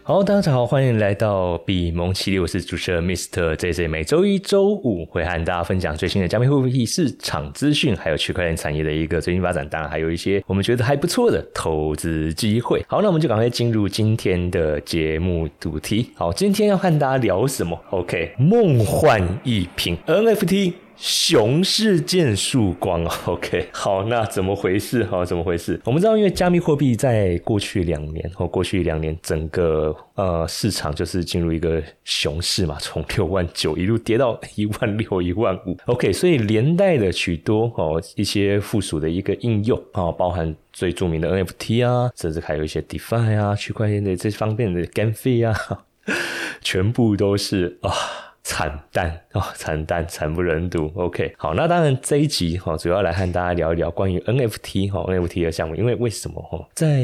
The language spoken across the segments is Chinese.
好，大家好，欢迎来到比蒙奇力，我是主持人 Mr. JJ， 每周一、周五会和大家分享最新的加密货币市场资讯，还有区块链产业的一个最新发展，当然还有一些我们觉得还不错的投资机会。好，那我们就赶快进入今天的节目主题。好，今天要和大家聊什么 ？OK， 梦幻一品 NFT。熊市见曙光 OK， 好，那怎么回事？怎么回事？我们知道，因为加密货币在过去2年整个市场就是进入一个熊市嘛，从69000一路跌到16000、15000 OK， 所以连带的许多一些附属的一个应用包含最著名的 NFT 啊，甚至还有一些 DeFi 啊，区块链的这方面的 GameFi 啊，全部都是惨淡惨不忍睹 OK， 好，那当然这一集主要来和大家聊一聊关于 NFT 的项目。因为为什么在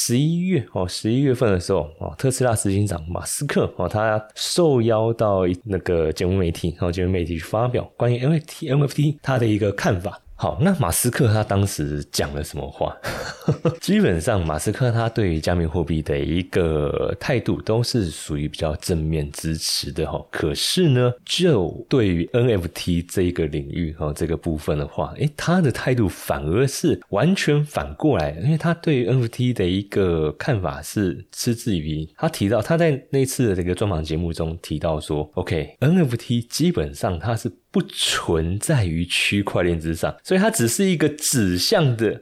11月份的时候特斯拉执行长马斯克他受邀到那个节目媒体去发表关于 NFT 他的一个看法。好，那马斯克他当时讲了什么话？基本上马斯克他对于加密货币的一个态度都是属于比较正面支持的可是呢，就对于 NFT 这个领域这个部分的话，他的态度反而是完全反过来，因为他对于 NFT 的一个看法是嗤之以鼻。他提到他在那次的这个专访节目中提到说 OK， NFT 基本上它是不存在于区块链之上，所以它只是一个指向的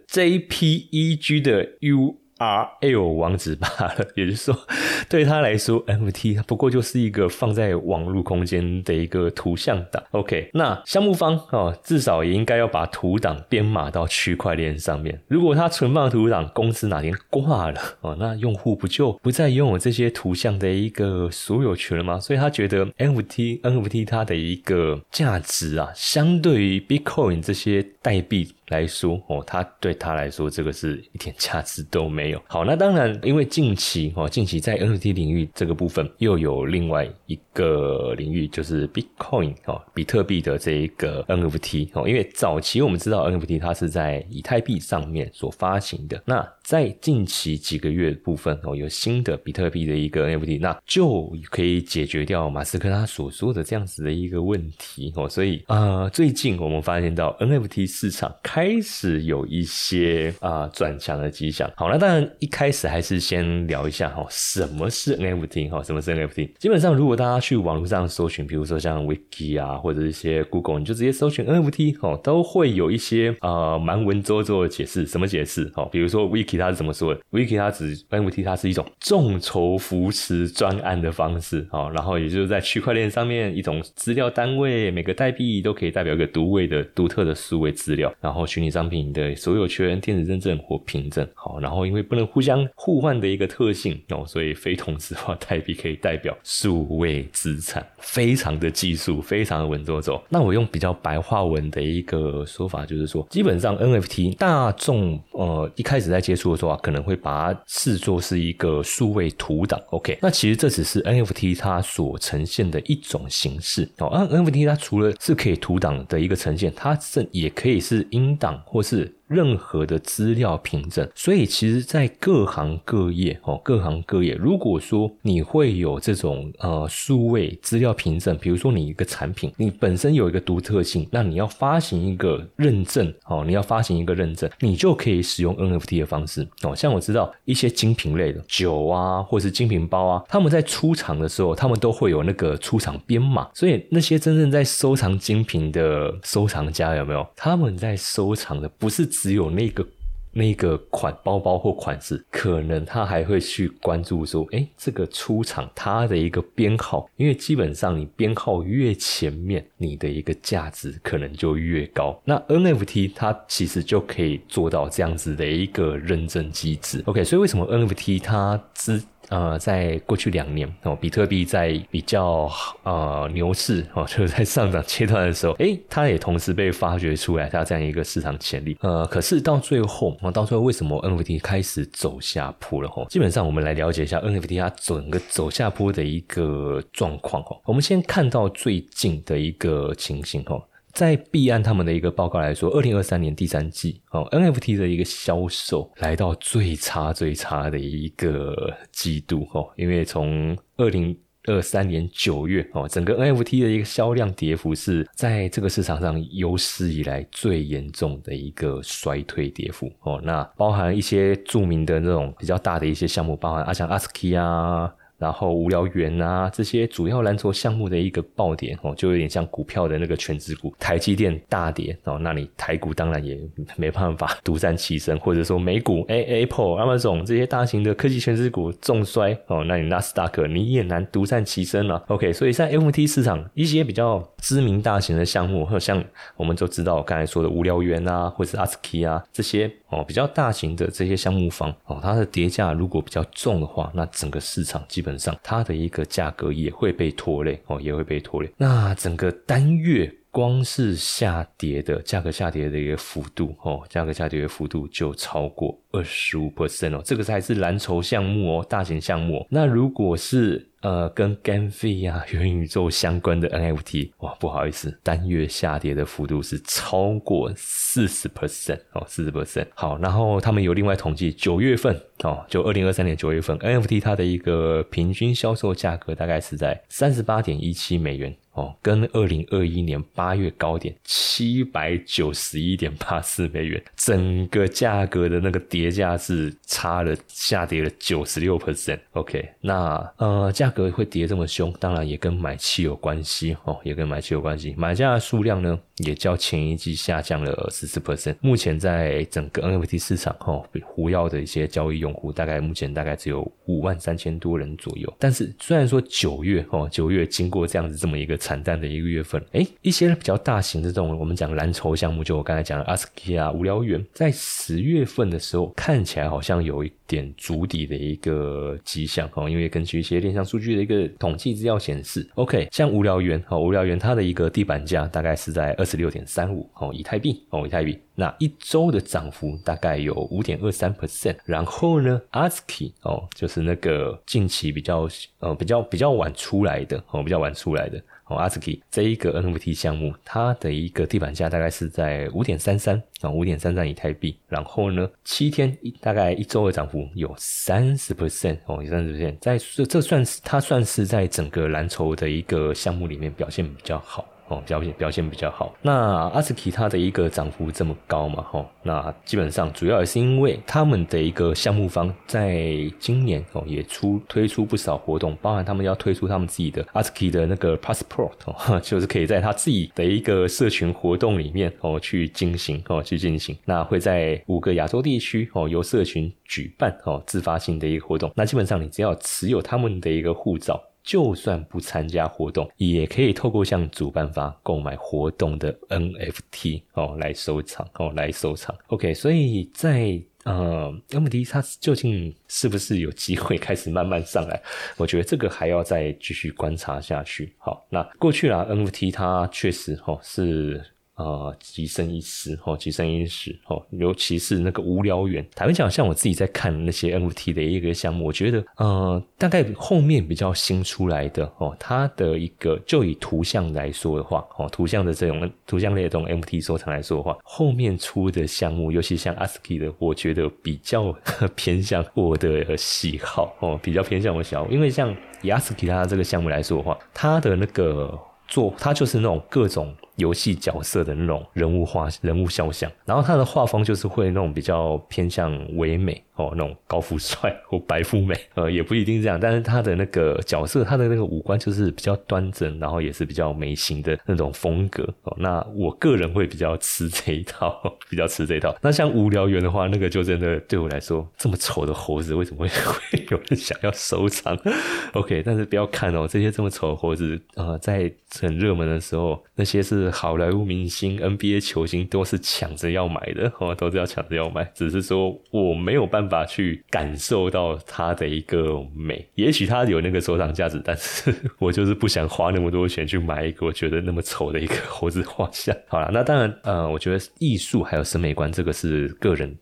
JPEG 的 URL 网址罢了。也就是说，对他来说 NFT 不过就是一个放在网络空间的一个图像档 OK， 那项目方至少也应该要把图档编码到区块链上面。如果他存放的图档公司哪天挂了那用户不就不再拥有这些图像的一个所有权了吗？所以他觉得 NFT 它的一个价值相对于 Bitcoin 这些代币来说他对他来说这个是一点价值都没有。好，那当然因为近期在 NFT 领域这个部分又有另外一个领域，就是 Bitcoin 比特币的这一个 NFT 因为早期我们知道 NFT 它是在以太币上面所发行的，那在近期几个月的部分有新的比特币的一个 NFT， 那就可以解决掉马斯克他所说的这样子的一个问题所以最近我们发现到 NFT 市场开始有一些转强的迹象。好，那当然一开始还是先聊一下什么是 NFT 什么是 NFT。 基本上如果大家去网络上搜寻，比如说像 Wiki 或者一些 Google， 你就直接搜寻 NFT 都会有一些蛮文绉绉的解释。什么解释比如说 Wiki 它是怎么说的？ Wiki 它指 NFT 它是一种众筹扶持专案的方式然后也就是在区块链上面一种资料单位，每个代币都可以代表一个独特的数位资料，然后虚拟商品的所有权、电子认证或凭证。好，然后因为不能互相互换的一个特性所以非同质化代币可以代表数位资产，非常的技术，非常的文绉绉。那我用比较白话文的一个说法，就是说基本上 NFT 大众一开始在接触的时候可能会把它视作是一个数位图档 OK， 那其实这只是 NFT 它所呈现的一种形式NFT 它除了是可以图档的一个呈现，它也可以是音档或是任何的资料凭证。所以其实在各行各业如果说你会有这种数位资料凭证，比如说你一个产品你本身有一个独特性，那你要发行一个认证你就可以使用 NFT 的方式像我知道一些精品类的酒或是精品包他们在出厂的时候他们都会有那个出厂编码，所以那些真正在收藏精品的收藏家有没有，他们在收藏的不是只有那个款包包或款式，可能他还会去关注说这个出厂它的一个编号，因为基本上你编号越前面，你的一个价值可能就越高。那 NFT 它其实就可以做到这样子的一个认证机制 OK， 所以为什么 NFT 它在过去2年比特币在比较牛市就是在上涨阶段的时候它也同时被发掘出来它这样一个市场潜力可是到最后为什么 NFT 开始走下坡了基本上我们来了解一下 NFT 它整个走下坡的一个状况我们先看到最近的一个情形在币安他们的一个报告来说，2023年第3季NFT 的一个销售来到最差的一个季度因为从2023年9月整个 NFT 的一个销量跌幅是在这个市场上有史以来最严重的一个衰退跌幅那包含一些著名的那种比较大的一些项目，包含像 ASCII 啊，然后无聊猿啊，这些主要蓝筹项目的一个爆点就有点像股票的那个权值股，台积电大跌那你台股当然也没办法独善其身，或者说美股Apple、Amazon 这些大型的科技权值股重摔那你纳斯达克你也难独善其身了。 OK， 所以在 NFT 市场一些比较知名大型的项目，像我们都知道刚才说的无聊猿啊，或是 ASCII 啊，这些比较大型的这些项目方它的跌价如果比较重的话，那整个市场基本上它的一个价格也会被拖累那整个单月光是价格下跌的一个幅度价格下跌的幅度就超过 25% 这个才是蓝筹项目大型项目那如果是跟 GameFi 啊元宇宙相关的 NFT 哇不好意思，单月下跌的幅度是超过 40% 40%。好，然后他们有另外统计9月份就2023年9月份 NFT 它的一个平均销售价格大概是在 38.17 美元跟2021年8月高点 791.84 美元，整个价格的那个跌价是下跌了 96%。 OK， 那价格会跌这么凶，当然也跟买气有关系买家的数量呢也较前一季下降了 14%。 目前在整个 NFT 市场活跃的一些交易用户目前大概只有53000多人左右。但是虽然说9月经过这样子这么一个惨淡的一个月份一些比较大型的这种我们讲蓝筹项目，就我刚才讲的 ASCII 啊无聊猿，在10月份的时候看起来好像有一点筑底的一个迹象因为根据一些链上数据的一个统计资料显示 OK， 像无聊猿它的一个地板价大概是在 26.35 以太币那一周的涨幅大概有 5.23%。 然后呢 ASCII 就是那个近期比较晚出来的ASCII 这一个 NFT 项目，它的一个地板价大概是在 5.33 以太币。然后呢7天大概一周的涨幅有 30% 它算是在整个蓝筹的一个项目里面表现比较好表现比较好。那 ASCII 它的一个涨幅这么高嘛那基本上主要也是因为他们的一个项目方在今年也推出不少活动，包含他们要推出他们自己的 ASCII 的那个 Passport 就是可以在他自己的一个社群活动里面去进行那会在5个亚洲地区由社群举办自发性的一个活动。那基本上你只要持有他们的一个护照，就算不参加活动也可以透过向主办方购买活动的 NFT 来收藏OK， 所以在NFT 它究竟是不是有机会开始慢慢上来，我觉得这个还要再继续观察下去。好，那过去啦 NFT 它确实是极盛一时尤其是那个无聊猿。坦白讲，像我自己在看那些 NFT 的一个项目，我觉得大概后面比较新出来的它的一个就以图像来说的话图像类的这种 NFT 收藏来说的话，后面出的项目尤其像 ASCII 的，我觉得比较偏向我的喜好因为像以 ASCII 它这个项目来说的话，它的那个它就是那种各种游戏角色的那种人物肖像，然后它的画风就是会那种比较偏向唯美那种高富帅或白富美也不一定这样，但是它的那个角色它的那个五官就是比较端正，然后也是比较美型的那种风格那我个人会比较吃这一套那像无聊猿的话，那个就真的对我来说，这么丑的猴子为什么会有人想要收藏OK， 但是不要看这些这么丑的猴子在很热门的时候，那些是好莱坞明星 NBA 球星都是抢着要买的都是要抢着要买，只是说我没有办法去感受到它的一个美，也许它有那个收藏价值，但是我就是不想花那么多钱去买一个我觉得那么丑的一个猴子画像。好啦，那当然我觉得艺术还有审美观这个是个人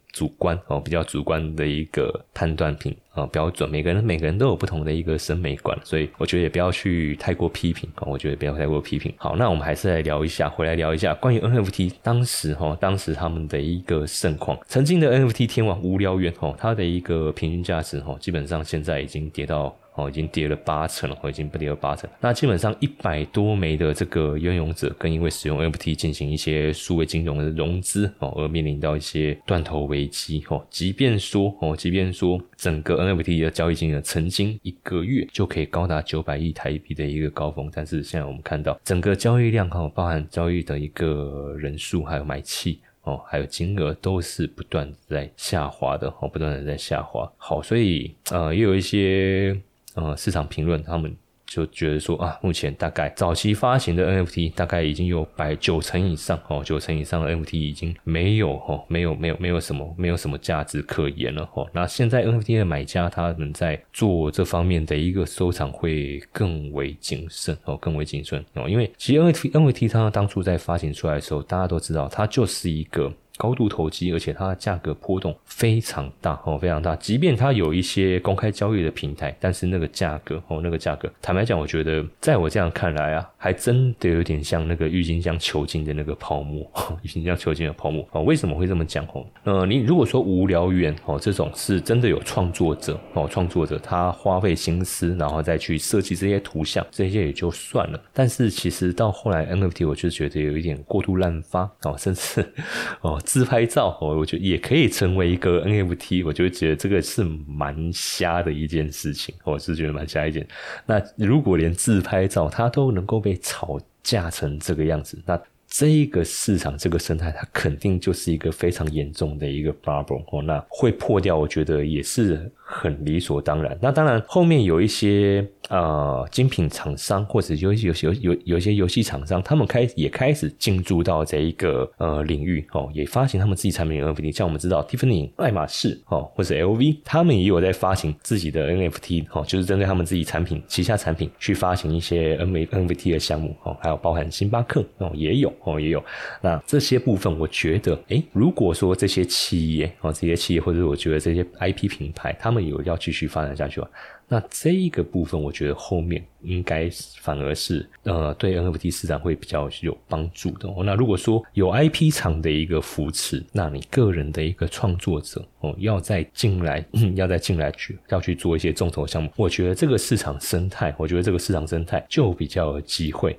主观比较主观的一个判断标准，每个人都有不同的一个审美观，所以我觉得也不要去太过批评好，那我们还是回来聊一下关于 NFT 当时他们的一个盛况。曾经的 NFT 天王无聊猿它的一个平均价值基本上现在已经跌到已经跌了80%了，已经跌了80%。那基本上100多枚的这个拥有者更因为使用 NFT 进行一些数位金融的融资而面临到一些断头危机即便说整个 NFT 的交易金额曾经1个月就可以高达900亿台币的一个高峰，但是现在我们看到整个交易量包含交易的一个人数还有买气还有金额都是不断在下滑的不断的在下滑。好，所以也有一些市场评论他们就觉得说目前大概早期发行的 NFT 大概已经有90%以上90%以上的 NFT 已经没有什么价值可言了那现在 NFT 的买家他们在做这方面的一个收藏会更为谨慎因为其实 NFT 它当初在发行出来的时候，大家都知道它就是一个高度投机，而且它的价格波动非常大非常大。即便它有一些公开交易的平台，但是那个价格坦白讲，我觉得在我这样看来还真的有点像那个郁金香球茎的那个泡沫郁金香球茎的泡沫为什么会这么讲你如果说无聊猿这种是真的有创作者他花费心思然后再去设计这些图像，这些也就算了，但是其实到后来 NFT 我就觉得有一点过度滥发甚至自拍照我觉得也可以成为一个 NFT， 我就觉得这个是蛮瞎的一件事情我是觉得蛮瞎一件。那如果连自拍照它都能够被炒价成这个样子，那这个市场这个生态它肯定就是一个非常严重的一个 bubble那会破掉，我觉得也是很理所当然。那当然后面有一些精品厂商或者有一些游戏厂商，他们也开始进驻到这一个领域也发行他们自己产品的 NFT， 像我们知道 Tiffany 爱马仕或者 LV 他们也有在发行自己的 NFT 就是针对他们自己旗下产品去发行一些 NFT 的项目还有包含星巴克也有。那这些部分我觉得如果说这些企业或者我觉得这些 IP 品牌他们有要继续发展下去那这一个部分我觉得后面应该反而是对 NFT 市场会比较有帮助的那如果说有 IP 厂的一个扶持，那你个人的一个创作者要再进来要去做一些众筹项目，我觉得这个市场生态就比较有机会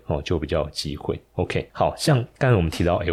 OK， 好，像刚才我们提到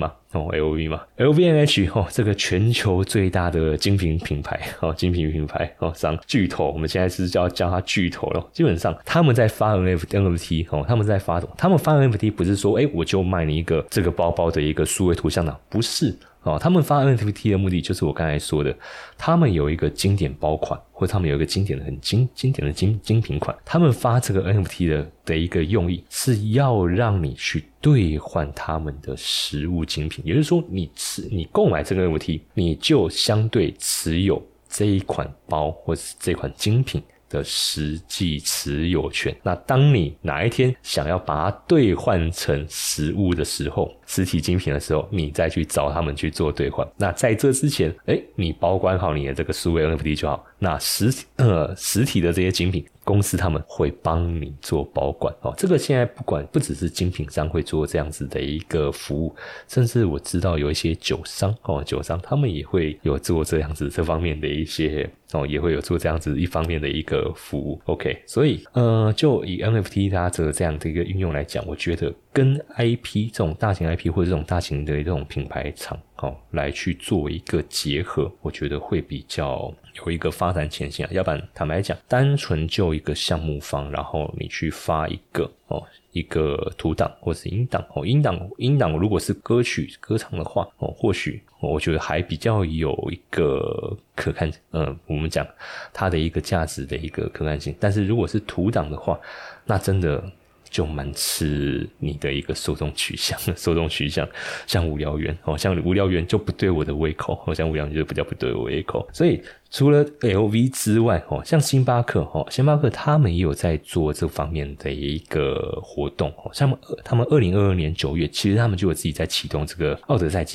LVMH 这个全球最大的精品品牌商巨头，我们现在是叫它巨头了。基本上他们在发 NFT 他们发 NFT 不是说我就卖你一个这个包包的一个数位图像的，不是他们发 NFT 的目的就是我刚才说的，他们有一个经典包款，或者他们有一个经典的精品款，他们发这个 NFT 的一个用意是要让你去兑换他们的实物精品，也就是说你购买这个 NFT 你就相对持有这一款包或是这款精品的实际持有权。那当你哪一天想要把它兑换成实物的时候，实体精品的时候，你再去找他们去做兑换。那在这之前你保管好你的这个数位 NFT 就好，那实体的这些精品公司他们会帮你做保管这个现在不只是精品商会做这样子的一个服务，甚至我知道有一些酒商他们也会有做这样子这方面的一些也会有做这样子一方面的一个服务 OK， 所以就以 NFT 它这样的一个运用来讲，我觉得跟 IP 这种大型 IP 或者这种大型的这种品牌厂来去做一个结合，我觉得会比较有一个发展前景要不然坦白讲，单纯就一个项目方，然后你去发一个图档或是音档音档如果是歌唱的话或许我觉得还比较有一个可看我们讲它的一个价值的一个可看性，但是如果是图档的话，那真的就蛮吃你的一个受众取向，像无聊猿像无聊猿就不对我的胃口像无聊猿就比较不对我胃口。所以除了 LV 之外像星巴克他们也有在做这方面的一个活动像他们2022年9月其实他们就有自己在启动这个奥德赛计划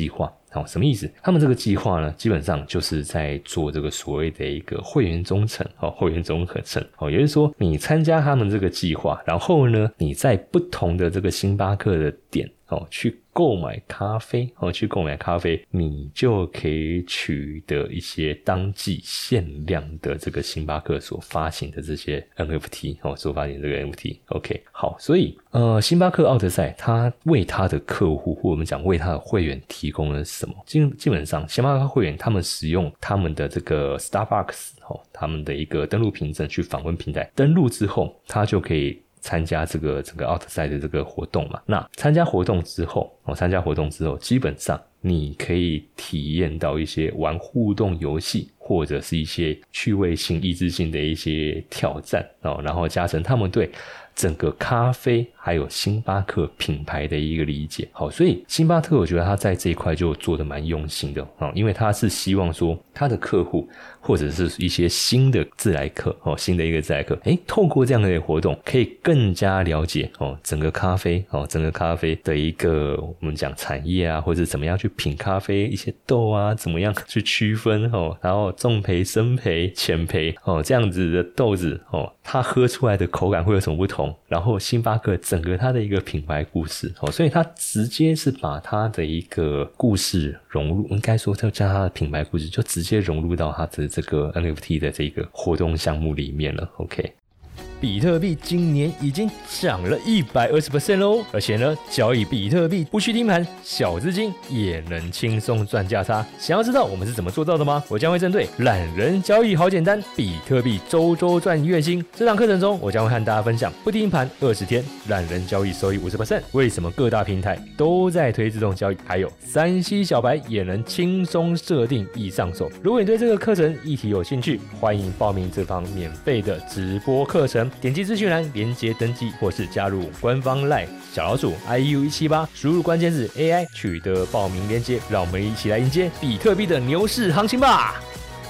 什么意思？他们这个计划呢，基本上就是在做这个所谓的一个会员忠诚，会员忠诚，也就是说你参加他们这个计划，然后呢你在不同的这个星巴克的店去购买咖啡，你就可以取得一些当季限量的这个星巴克所发行的这些 NFT，所发行这个 NFT。OK， 好，所以星巴克奥德赛它为他的客户或我们讲为他的会员提供了什么？基本上星巴克会员他们使用他们的这个 Starbucks，他们的一个登录凭证去访问平台，登录之后他就可以参加这个奥特赛的这个活动嘛。那参加活动之后，基本上你可以体验到一些玩互动游戏或者是一些趣味性、益智性的一些挑战然后加成他们对整个咖啡还有星巴克品牌的一个理解。好，所以星巴克我觉得他在这一块就做得蛮用心的因为他是希望说他的客户或者是一些新的自来客透过这样的活动可以更加了解整个咖啡的一个我们讲产业啊，或者怎么样去品咖啡，一些豆啊怎么样去区分然后重焙、深焙、浅焙这样子的豆子它喝出来的口感会有什么不同，然后星巴克整个它的一个品牌故事所以它直接是把它的一个故事融入，应该说就将它的品牌故事就直接融入到它的这个 NFT 的这个活动项目里面了。 OK，比特币今年已经涨了 120% 咯，而且呢，交易比特币不需盯盘，小资金也能轻松赚价差。想要知道我们是怎么做到的吗？我将会针对懒人交易好简单，比特币周赚月薪这堂课程中，我将会和大家分享不盯盘20天懒人交易收益 50%， 为什么各大平台都在推自动交易，还有3C 小白也能轻松设定易上手。如果你对这个课程议题有兴趣，欢迎报名这堂免费的直播课程，点击资讯栏连结登记，或是加入官方 LINE 小老鼠 IU178， 输入关键字 AI 取得报名连结，让我们一起来迎接比特币的牛市行情吧。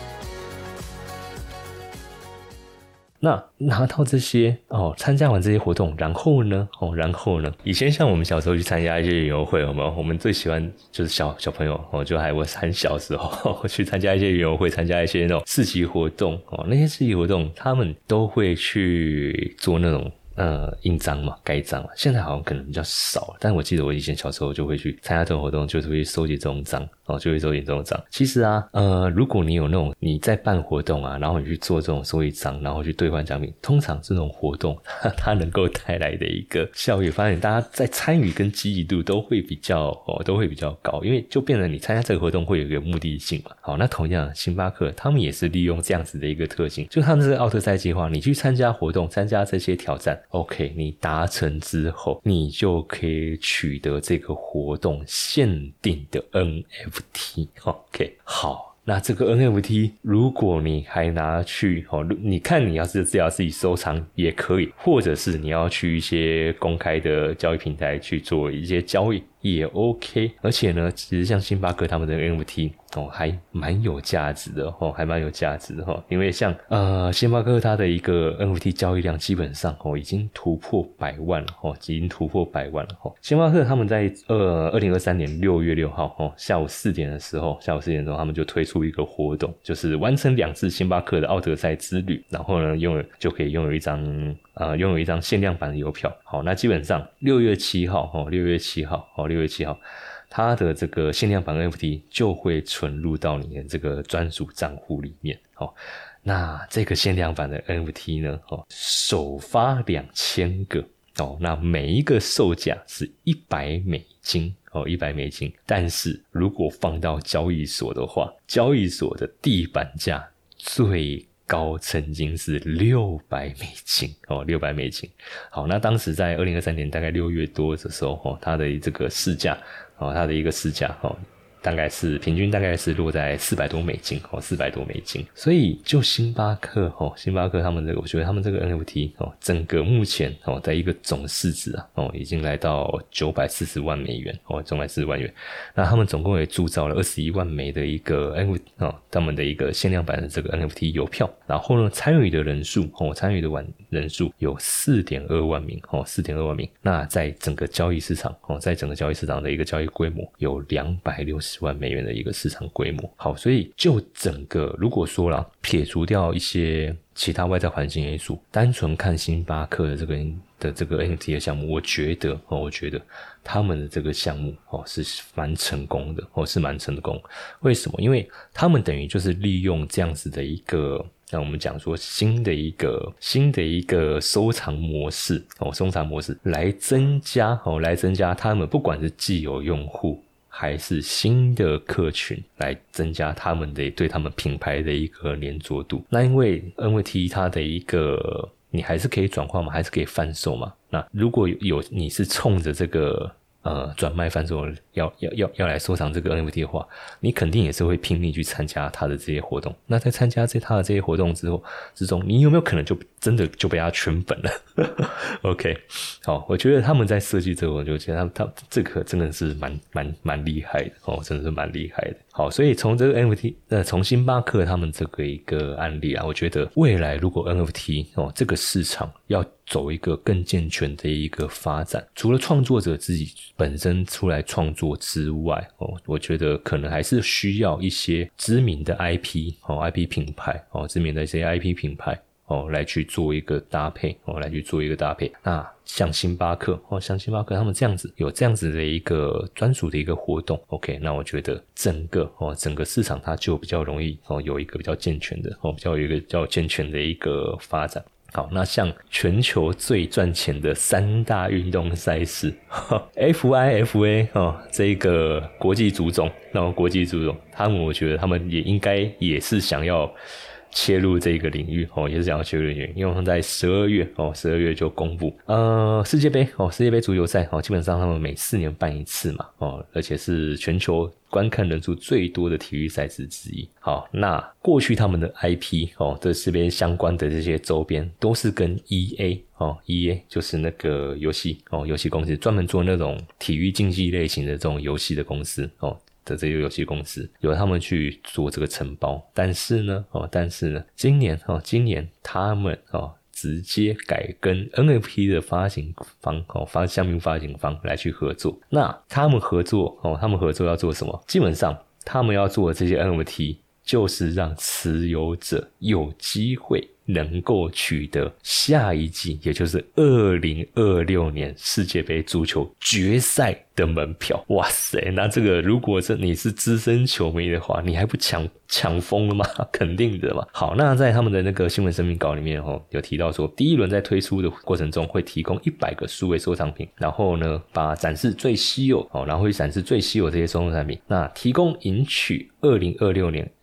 那拿到这些参加完这些活动，然后呢，以前像我们小时候去参加一些园游会，有没有？我们最喜欢就是小朋友就还我很小时候去参加一些园游会，参加一些那种市集活动那些市集活动他们都会去做那种印章嘛，盖章嘛，现在好像可能比较少，但我记得我以前小时候就会去参加这种活动，就是会收集这种章其实啊如果你有那种你在办活动啊，然后你去做这种收集章，然后去兑换奖品，通常这种活动它能够带来的一个效益，发现大家在参与跟积极度都会比较高，因为就变成你参加这个活动会有一个目的性嘛。好，那同样星巴克他们也是利用这样子的一个特性，就他们这个奥特赛计划，你去参加活动，参加这些挑战，OK， 你达成之后，你就可以取得这个活动限定的 NFT。OK， 好，那这个 NFT 如果你还拿去你看你要是只要自己收藏也可以，或者是你要去一些公开的交易平台去做一些交易也 OK。 而且呢，其实像星巴克他们的 NFT还蛮有价值的因为像星巴克它的一个 NFT 交易量基本上已经突破100万了星巴克他们在2023年6月6号下午4点钟他们就推出一个活动，就是完成2次星巴克的奥德赛之旅，然后呢就可以拥有一张限量版的邮票。好，那基本上6月7号它的这个限量版 NFT 就会存入到你的这个专属账户里面那这个限量版的 NFT 呢首发2000个那每一个售价是$100 100美金，但是如果放到交易所的话，交易所的地板价最高曾经是$600，$600美金。好，那当时在2023年大概6月多的时候它的这个市价大概是平均大概是落在$400多，$400多。所以就星巴克他们这个，我觉得他们这个 NFT 整个目前的一个总市值已经来到$940万，$940万。那他们总共也铸造了21万枚的一个他们的一个限量版的这个 NFT 邮票。然后呢，参与的人数有4.2万名4.2万名。那在整个交易市场的一个交易规模有260 60万美元的一个市场规模。好，所以就整个如果说啦，撇除掉一些其他外在环境因素，单纯看星巴克的这个 NFT 的项目，我觉得他们的这个项目是蛮成功的是蛮成功。为什么？因为他们等于就是利用这样子的一个让我们讲说新的一个收藏模式来增加他们不管是既有用户还是新的客群，来增加他们对他们品牌的一个黏着度。那因为 NFT 它的一个你还是可以转化嘛，还是可以贩售嘛。那如果你是冲着这个转卖贩售要来收藏这个 NFT 的话，你肯定也是会拼命去参加他的这些活动。那在参加他的这些活动之中，你有没有可能就真的就被他圈粉了？OK， 好，我觉得他们在设计这个，我就觉得他这个真的是蛮厉害的真的是蛮厉害的。好，所以从这个 NFT， 从星巴克他们这个一个案例啊，我觉得未来如果 NFT 这个市场要走一个更健全的一个发展，除了创作者自己本身出来创作之外我觉得可能还是需要一些知名的 IP品牌知名的一些 IP 品牌来去做一个搭配那像星巴克他们这样子有这样子的一个专属的一个活动 OK， 那我觉得整个市场它就比较容易有一个比较健全的比较健全的一个发展。好，那像全球最赚钱的3大运动赛事FIFA 这个国际足总他们我觉得他们也应该也是想要切入这个领域也是想要切入领域，因为他们在12月就公布世界杯足球赛基本上他们每4年办一次嘛而且是全球观看人数最多的体育赛事之一。好，那过去他们的 IP 这边相关的这些周边都是跟 EA 就是那个游戏公司，专门做那种体育竞技类型的这种游戏的公司的这些游戏公司由他们去做这个承包。但是呢今年他们直接改跟 NFT 的发行方项目发行方来去合作。那他们合作要做什么？基本上他们要做的这些 NFT 就是让持有者有机会能够取得下一季，也就是2026年世界杯足球决赛的门票。哇塞，那这个如果你是资深球迷的话，你还不抢疯了吗？肯定的嘛。好，那在他们的那个新闻声明稿里面有提到说，第一轮在推出的过程中会提供100个数位收藏品，然后呢把展示最稀有然后会展示最稀有这些收藏产品，那提供赢取2026年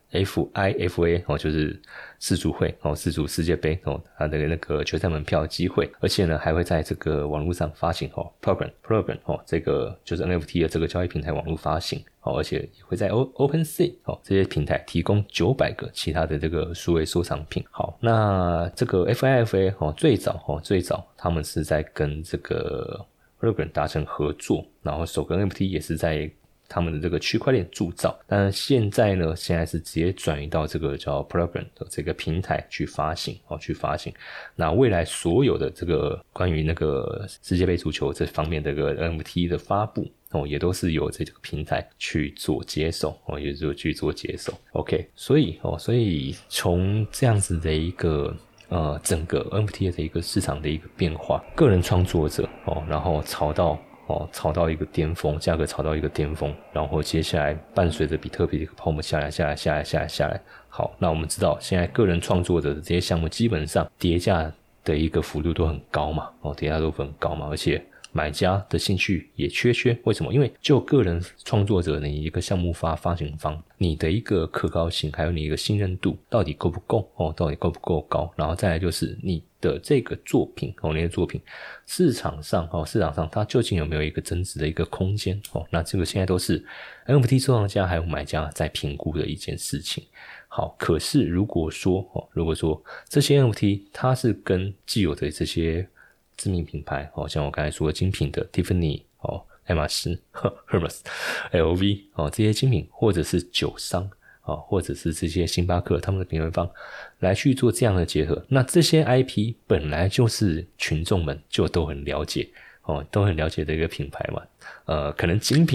FIFA 就是世足世界杯它的那个决赛门票的机会。而且呢还会在这个网络上发行program 这个就是 NFT 的这个交易平台网络发行而且也会在 OpenSea 这些平台提供900个其他的这个数位收藏品。好，那这个 FIFA 最早他们是在跟这个 program 达成合作，然后首个 NFT 也是在他们的这个区块链铸造，但现在是直接转移到这个叫 Program 的这个平台去发行那未来所有的这个关于那个世界杯足球这方面的这个 NFT 的发布也都是由这个平台去做接手也就是去做接手。 OK， 所以从这样子的一个整个 NFT 的一个市场的一个变化，个人创作者然后炒到一个巅峰，价格炒到一个巅峰，然后接下来伴随着比特币的一个泡沫下来。好，那我们知道现在个人创作者的这些项目基本上跌价的一个幅度都很高嘛跌价都很高嘛，而且买家的兴趣也缺。为什么？因为就个人创作者的一个项目发行方，你的一个可靠性还有你一个信任度到底够不够到底够不够高，然后再来就是你的这个作品你的作品市场上它究竟有没有一个增值的一个空间那这个现在都是 NFT 收藏家还有买家在评估的一件事情。好，可是如果说这些 NFT 它是跟既有的这些知名品牌像我刚才说的精品的 Tiffany 爱马仕Hermes LV 这些精品，或者是酒商或者是这些星巴克他们的品牌方来去做这样的结合，那这些 IP 本来就是群众们就都很了解的一个品牌嘛可能精品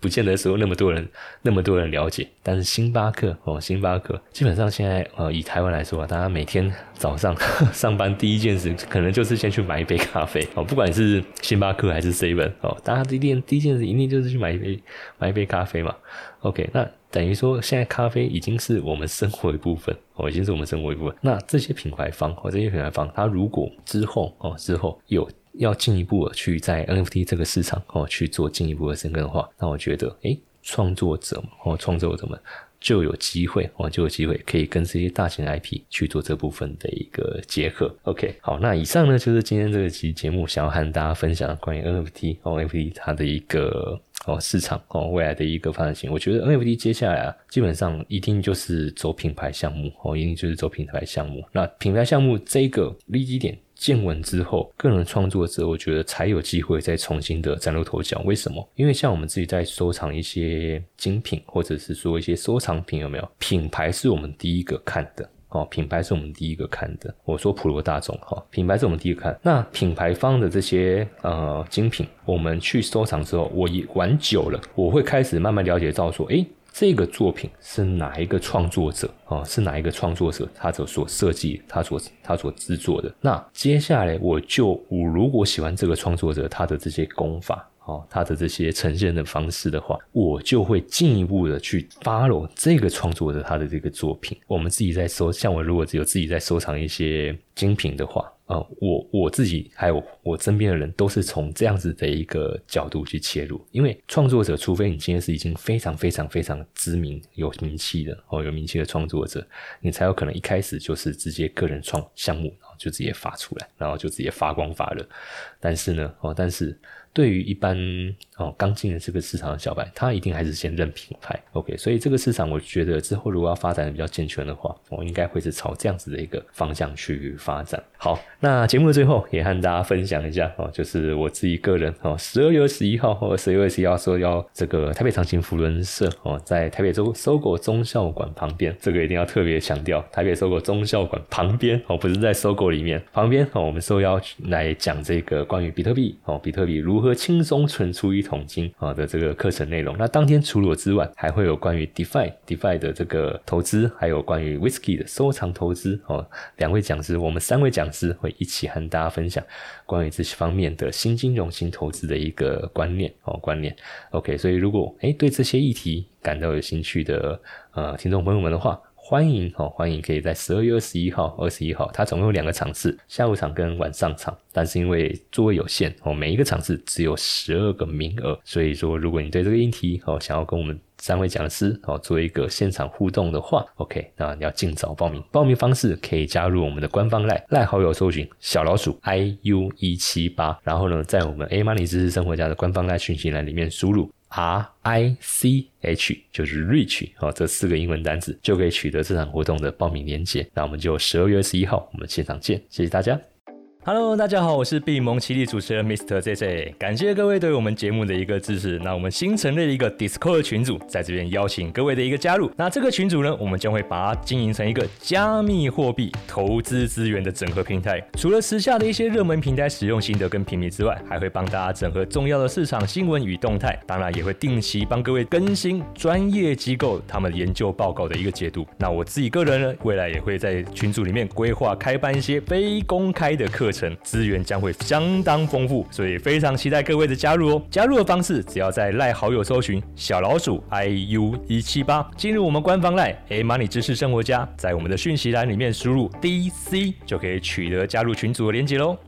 不见得说那么多人了解。但是星巴克基本上现在以台湾来说大家每天早上上班第一件事可能就是先去买一杯咖啡不管是星巴克还是 Seven 大家第一件事一定就是去买一杯咖啡嘛。OK， 那等于说现在咖啡已经是我们生活一部分已经是我们生活一部分。那这些品牌方它如果之后有要进一步的去在 NFT 这个市场去做进一步的深耕的话，那我觉得创作者们就有机会可以跟这些大型 IP 去做这部分的一个结合。 OK， 好，那以上呢就是今天这个期节目想要和大家分享关于 NFT 它的一个市场未来的一个发展性。我觉得 NFT 接下来基本上一定就是走品牌项目那品牌项目这个立基点见稳之后，个人创作者我觉得才有机会再重新的崭露头角。为什么？因为像我们自己在收藏一些精品或者是说一些收藏品，有没有品牌是我们第一个看的我说普罗大众品牌是我们第一个看。那品牌方的这些精品我们去收藏之后，我也玩久了，我会开始慢慢了解到说这个作品是哪一个创作者他所设计他所制作的。那接下来我如果喜欢这个创作者他的这些功法他的这些呈现的方式的话，我就会进一步的去 follow 这个创作者他的这个作品。我们自己在像我如果只有自己在收藏一些精品的话我自己还有我身边的人都是从这样子的一个角度去切入。因为创作者除非你今天是已经非常非常非常知名有名气的创作者，你才有可能一开始就是直接个人创项目就直接发出来，然后就直接发光发热。但是对于一般刚进的这个市场的小白，他一定还是先认品牌。 OK， 所以这个市场我觉得之后如果要发展的比较健全的话，我应该会是朝这样子的一个方向去发展。好，那节目的最后也和大家分享一下就是我自己个人12月21号或12月21号说要这个台北长青扶轮社在台北州搜狗忠孝馆旁边，这个一定要特别强调，台北搜狗忠孝馆旁边不是在搜狗里面，旁边我们说要来讲这个关于比特币如何轻松存出一桶金的这个课程内容。那当天除了我之外，还会有关于 DeFi 的这个投资，还有关于 Whisky 的收藏投资两位讲师，我们3位讲师会一起和大家分享关于这些方面的新金融新投资的一个观念。OK， 所以如果对这些议题感到有兴趣的听众朋友们的话，欢迎可以在12月21号它总共有2个场次，下午场跟晚上场，但是因为座位有限每一个场次只有12个名额，所以说如果你对这个议题想要跟我们3位讲师做一个现场互动的话 OK， 那你要尽早报名。报名方式可以加入我们的官方赖好友搜寻小老鼠 IU178， 然后呢在我们 A-Money 知识生活家的官方赖讯息栏里面输入RICH 就是 Rich 这4个英文单词，就可以取得这场活动的报名链接。那我们就12月21号我们现场见，谢谢大家。Hello， 大家好，我是币蒙奇力主持人 Mr. JJ， 感谢各位对我们节目的一个支持。那我们新成立了一个 Discord 群组，在这边邀请各位的一个加入。那这个群组呢，我们将会把它经营成一个加密货币投资资源的整合平台。除了时下的一些热门平台使用心得跟评比之外，还会帮大家整合重要的市场新闻与动态。当然也会定期帮各位更新专业机构他们研究报告的一个解读。那我自己个人呢，未来也会在群组里面规划开办一些非公开的课程，资源将会相当丰富，所以非常期待各位的加入哦。加入的方式只要在赖好友搜寻小老鼠 IU178， 进入我们官方赖 A-Money 知识生活家，在我们的讯息栏里面输入 DC 就可以取得加入群组的连结咯。